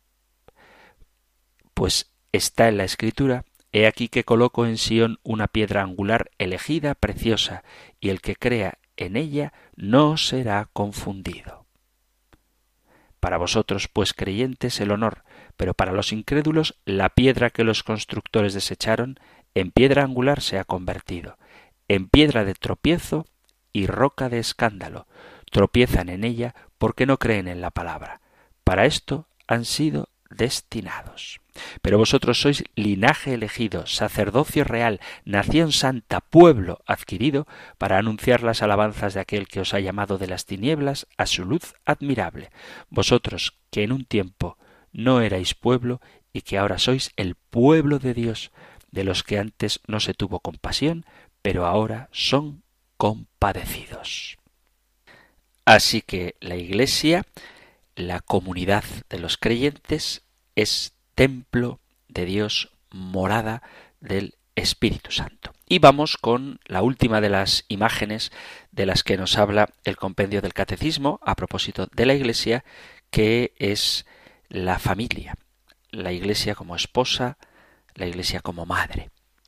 Pues está en la Escritura: he aquí que coloco en Sión una piedra angular elegida, preciosa, y el que crea en ella no será confundido. Para vosotros, pues creyentes, el honor, pero para los incrédulos la piedra que los constructores desecharon, en piedra angular se ha convertido, en piedra de tropiezo y roca de escándalo. Tropiezan en ella porque no creen en la palabra. Para esto han sido destinados. Pero vosotros sois linaje elegido, sacerdocio real, nación santa, pueblo adquirido, para anunciar las alabanzas de aquel que os ha llamado de las tinieblas a su luz admirable. Vosotros que en un tiempo no erais pueblo y que ahora sois el pueblo de Dios, de los que antes no se tuvo compasión, pero ahora son compadecidos. Así que la Iglesia, la comunidad de los creyentes, es templo de Dios, morada del Espíritu Santo. Y vamos con la última de las imágenes de las que nos habla el compendio del Catecismo a propósito de la Iglesia, que es la familia. La Iglesia como esposa, la Iglesia como madre.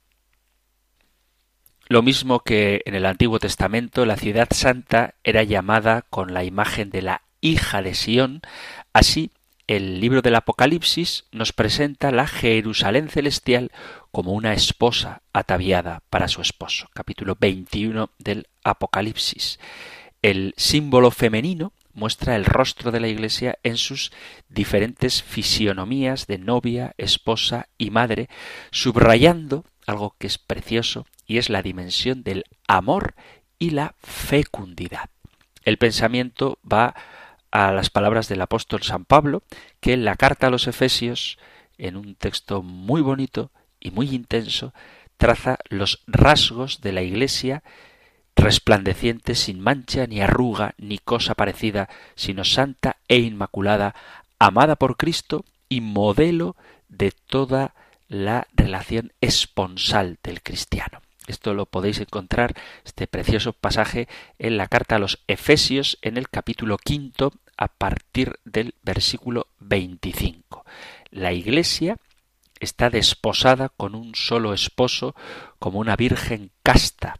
Lo mismo que en el Antiguo Testamento, la ciudad santa era llamada con la imagen de la hija de Sión, así el libro del Apocalipsis nos presenta la Jerusalén celestial como una esposa ataviada para su esposo. Capítulo veintiuno del Apocalipsis. El símbolo femenino muestra el rostro de la Iglesia en sus diferentes fisionomías de novia, esposa y madre, subrayando algo que es precioso y es la dimensión del amor y la fecundidad. El pensamiento va a las palabras del apóstol San Pablo, que en la carta a los Efesios, en un texto muy bonito y muy intenso, traza los rasgos de la Iglesia resplandeciente, sin mancha, ni arruga, ni cosa parecida, sino santa e inmaculada, amada por Cristo y modelo de toda la relación esponsal del cristiano. Esto lo podéis encontrar, este precioso pasaje, en la carta a los Efesios, en el capítulo quinto, a partir del versículo veinticinco. La Iglesia está desposada con un solo esposo, como una virgen casta.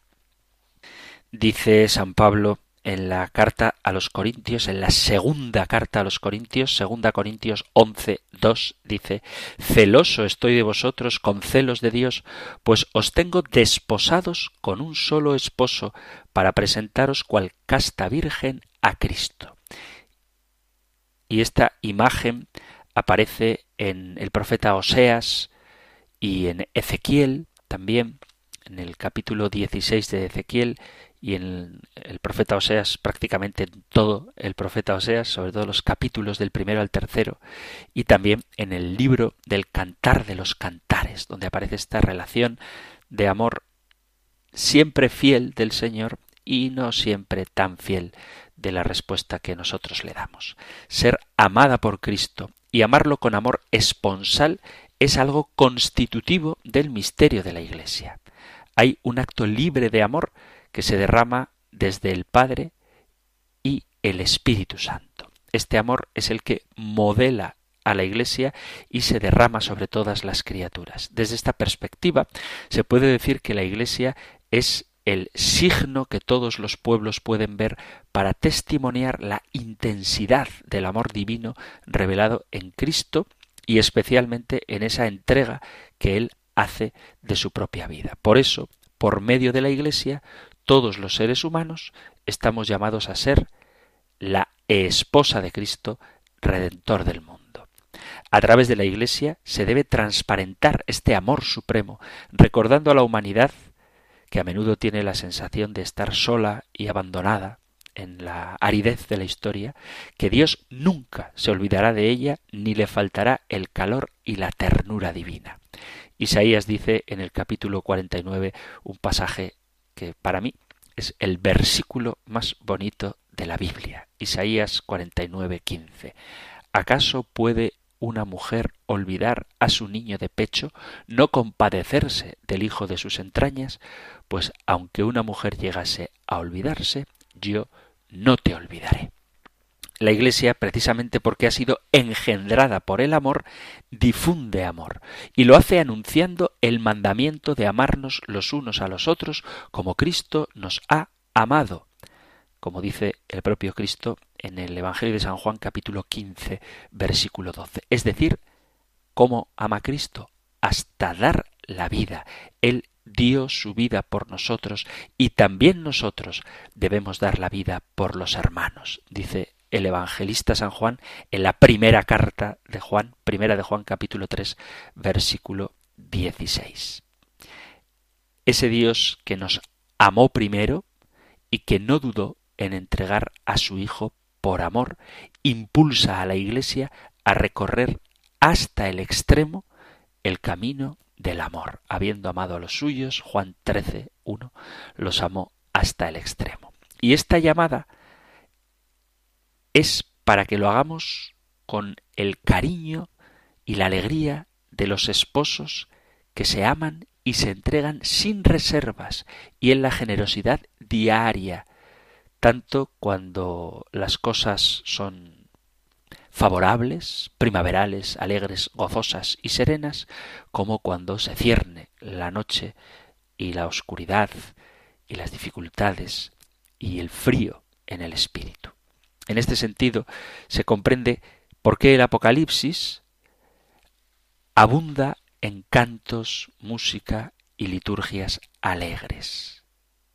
Dice San Pablo en la carta a los Corintios, en la segunda carta a los Corintios, segunda Corintios once, dos, dice: celoso estoy de vosotros con celos de Dios, pues os tengo desposados con un solo esposo, para presentaros cual casta virgen a Cristo. Y esta imagen aparece en el profeta Oseas y en Ezequiel también, en el capítulo dieciséis de Ezequiel, y en el profeta Oseas, prácticamente en todo el profeta Oseas, sobre todo los capítulos del primero al tercero, y también en el libro del Cantar de los Cantares, donde aparece esta relación de amor siempre fiel del Señor y no siempre tan fiel de la respuesta que nosotros le damos. Ser amada por Cristo y amarlo con amor esponsal es algo constitutivo del misterio de la Iglesia. Hay un acto libre de amor que se derrama desde el Padre y el Espíritu Santo. Este amor es el que modela a la Iglesia y se derrama sobre todas las criaturas. Desde esta perspectiva, se puede decir que la Iglesia es el signo que todos los pueblos pueden ver para testimoniar la intensidad del amor divino revelado en Cristo y especialmente en esa entrega que Él hace de su propia vida. Por eso, por medio de la Iglesia, todos los seres humanos estamos llamados a ser la esposa de Cristo, Redentor del mundo. A través de la Iglesia se debe transparentar este amor supremo, recordando a la humanidad, que a menudo tiene la sensación de estar sola y abandonada en la aridez de la historia, que Dios nunca se olvidará de ella ni le faltará el calor y la ternura divina. Isaías dice en el capítulo cuarenta y nueve un pasaje que para mí es el versículo más bonito de la Biblia. Isaías cuarenta y nueve, quince. ¿Acaso puede una mujer olvidar a su niño de pecho, no compadecerse del hijo de sus entrañas? Pues aunque una mujer llegase a olvidarse, yo no te olvidaré. La Iglesia, precisamente porque ha sido engendrada por el amor, difunde amor y lo hace anunciando el mandamiento de amarnos los unos a los otros como Cristo nos ha amado, como dice el propio Cristo en el Evangelio de San Juan capítulo quince, versículo doce. Es decir, ¿cómo ama Cristo? Hasta dar la vida. Él dio su vida por nosotros y también nosotros debemos dar la vida por los hermanos, dice el evangelista San Juan en la primera carta de Juan, primera de Juan capítulo tres, versículo dieciséis. Ese Dios que nos amó primero y que no dudó en entregar a su Hijo por amor, impulsa a la Iglesia a recorrer hasta el extremo el camino del amor. Habiendo amado a los suyos, Juan trece, uno, los amó hasta el extremo. Y esta llamada es para que lo hagamos con el cariño y la alegría de los esposos que se aman y se entregan sin reservas y en la generosidad diaria, tanto cuando las cosas son favorables, primaverales, alegres, gozosas y serenas, como cuando se cierne la noche y la oscuridad y las dificultades y el frío en el espíritu. En este sentido, se comprende por qué el Apocalipsis abunda en cantos, música y liturgias alegres.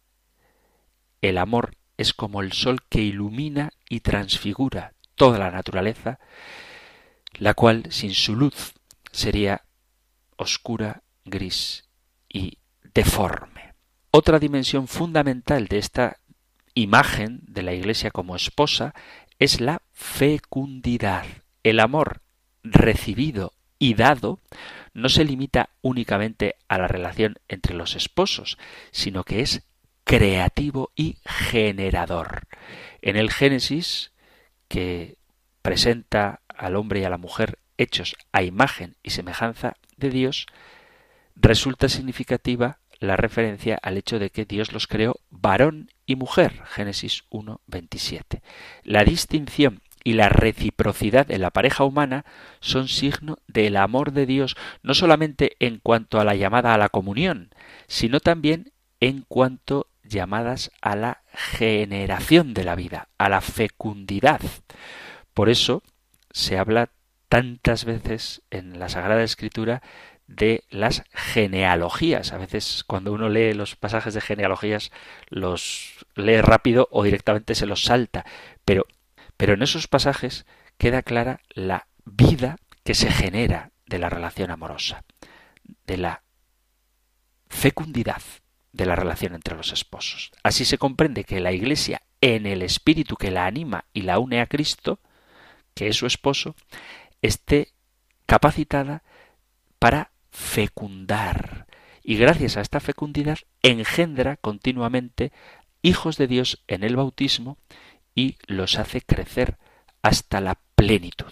El amor es como el sol que ilumina y transfigura toda la naturaleza, la cual sin su luz sería oscura, gris y deforme. Otra dimensión fundamental de esta imagen de la Iglesia como esposa es la fecundidad. El amor recibido y dado no se limita únicamente a la relación entre los esposos, sino que es creativo y generador. En el Génesis, que presenta al hombre y a la mujer hechos a imagen y semejanza de Dios, resulta significativa la referencia al hecho de que Dios los creó varón y mujer, Génesis uno, veintisiete. La distinción y la reciprocidad en la pareja humana son signo del amor de Dios, no solamente en cuanto a la llamada a la comunión, sino también en cuanto llamadas a la generación de la vida, a la fecundidad. Por eso se habla tantas veces en la Sagrada Escritura de las genealogías. A veces cuando uno lee los pasajes de genealogías los lee rápido o directamente se los salta, pero, pero en esos pasajes queda clara la vida que se genera de la relación amorosa, de la fecundidad de la relación entre los esposos. Así se comprende que la Iglesia, en el espíritu que la anima y la une a Cristo, que es su esposo, esté capacitada para fecundar. Y gracias a esta fecundidad engendra continuamente hijos de Dios en el bautismo y los hace crecer hasta la plenitud.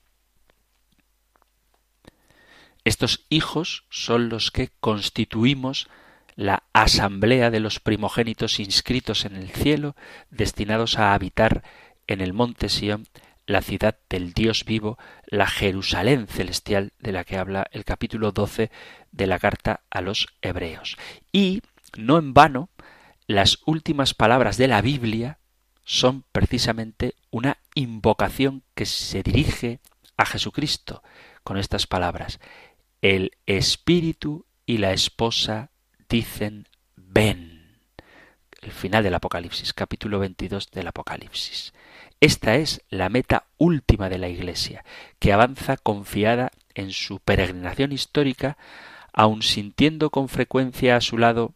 Estos hijos son los que constituimos la asamblea de los primogénitos inscritos en el cielo, destinados a habitar en el monte Sión, la ciudad del Dios vivo, la Jerusalén celestial de la que habla el capítulo doce de la carta a los Hebreos. Y, no en vano, las últimas palabras de la Biblia son precisamente una invocación que se dirige a Jesucristo con estas palabras: el Espíritu y la esposa dicen ven. El final del Apocalipsis, capítulo veintidós del Apocalipsis. Esta es la meta última de la Iglesia, que avanza confiada en su peregrinación histórica, aun sintiendo con frecuencia a su lado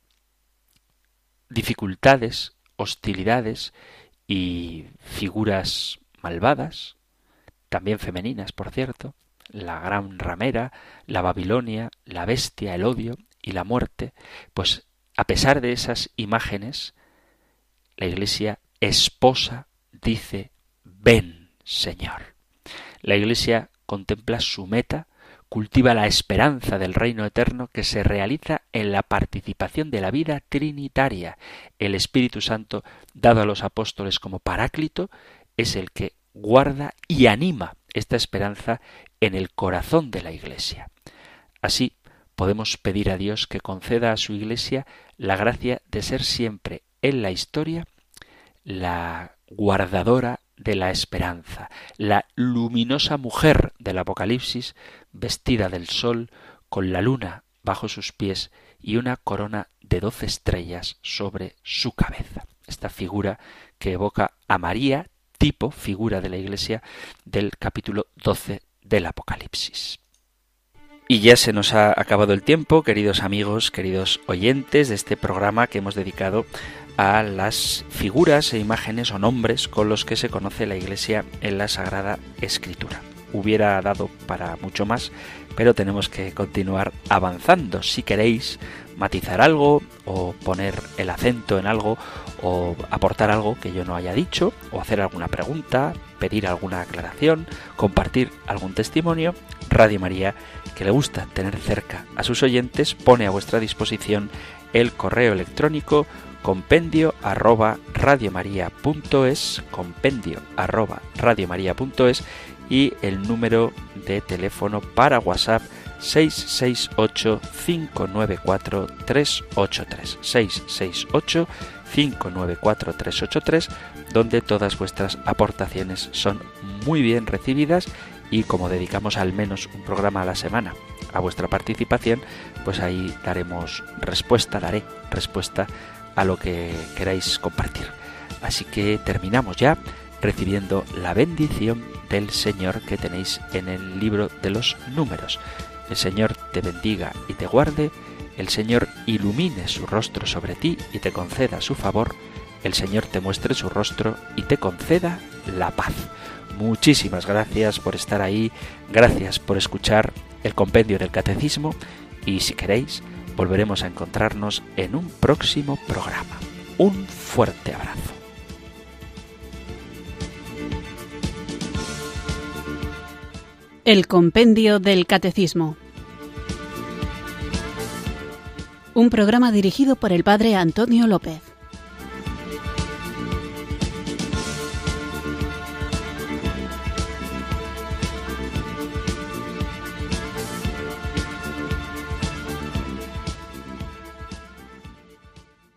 dificultades, hostilidades y figuras malvadas, también femeninas, por cierto, la gran ramera, la Babilonia, la bestia, el odio y la muerte. Pues a pesar de esas imágenes, la Iglesia esposa dice ven, Señor. La Iglesia contempla su meta, cultiva la esperanza del reino eterno que se realiza en la participación de la vida trinitaria. El Espíritu Santo, dado a los apóstoles como Paráclito, es el que guarda y anima esta esperanza en el corazón de la Iglesia. Así, podemos pedir a Dios que conceda a su Iglesia la gracia de ser siempre en la historia la guardadora de la esperanza, la luminosa mujer del Apocalipsis, vestida del sol, con la luna bajo sus pies y una corona de doce estrellas sobre su cabeza. Esta figura que evoca a María, tipo, figura de la Iglesia del capítulo doce del Apocalipsis. Y ya se nos ha acabado el tiempo, queridos amigos, queridos oyentes de este programa que hemos dedicado a las figuras e imágenes o nombres con los que se conoce la Iglesia en la Sagrada Escritura. Hubiera dado para mucho más, pero tenemos que continuar avanzando. Si queréis matizar algo o poner el acento en algo o aportar algo que yo no haya dicho o hacer alguna pregunta, pedir alguna aclaración, compartir algún testimonio, Radio María, que le gusta tener cerca a sus oyentes, pone a vuestra disposición el correo electrónico compendio arroba radiomaria.es, compendio arroba radiomaria.es y el número de teléfono para WhatsApp seis seis ocho, cinco nueve cuatro, tres ocho tres, seis seis ocho, cinco nueve cuatro, tres ocho tres, donde todas vuestras aportaciones son muy bien recibidas y como dedicamos al menos un programa a la semana a vuestra participación, pues ahí daremos respuesta, daré respuesta a lo que queráis compartir. Así que terminamos ya recibiendo la bendición del Señor que tenéis en el libro de los Números. El Señor te bendiga y te guarde, el Señor ilumine su rostro sobre ti y te conceda su favor, el Señor te muestre su rostro y te conceda la paz. Muchísimas gracias por estar ahí, gracias por escuchar el compendio del Catecismo y si queréis volveremos a encontrarnos en un próximo programa. Un fuerte abrazo. El compendio del Catecismo. Un programa dirigido por el Padre Antonio López.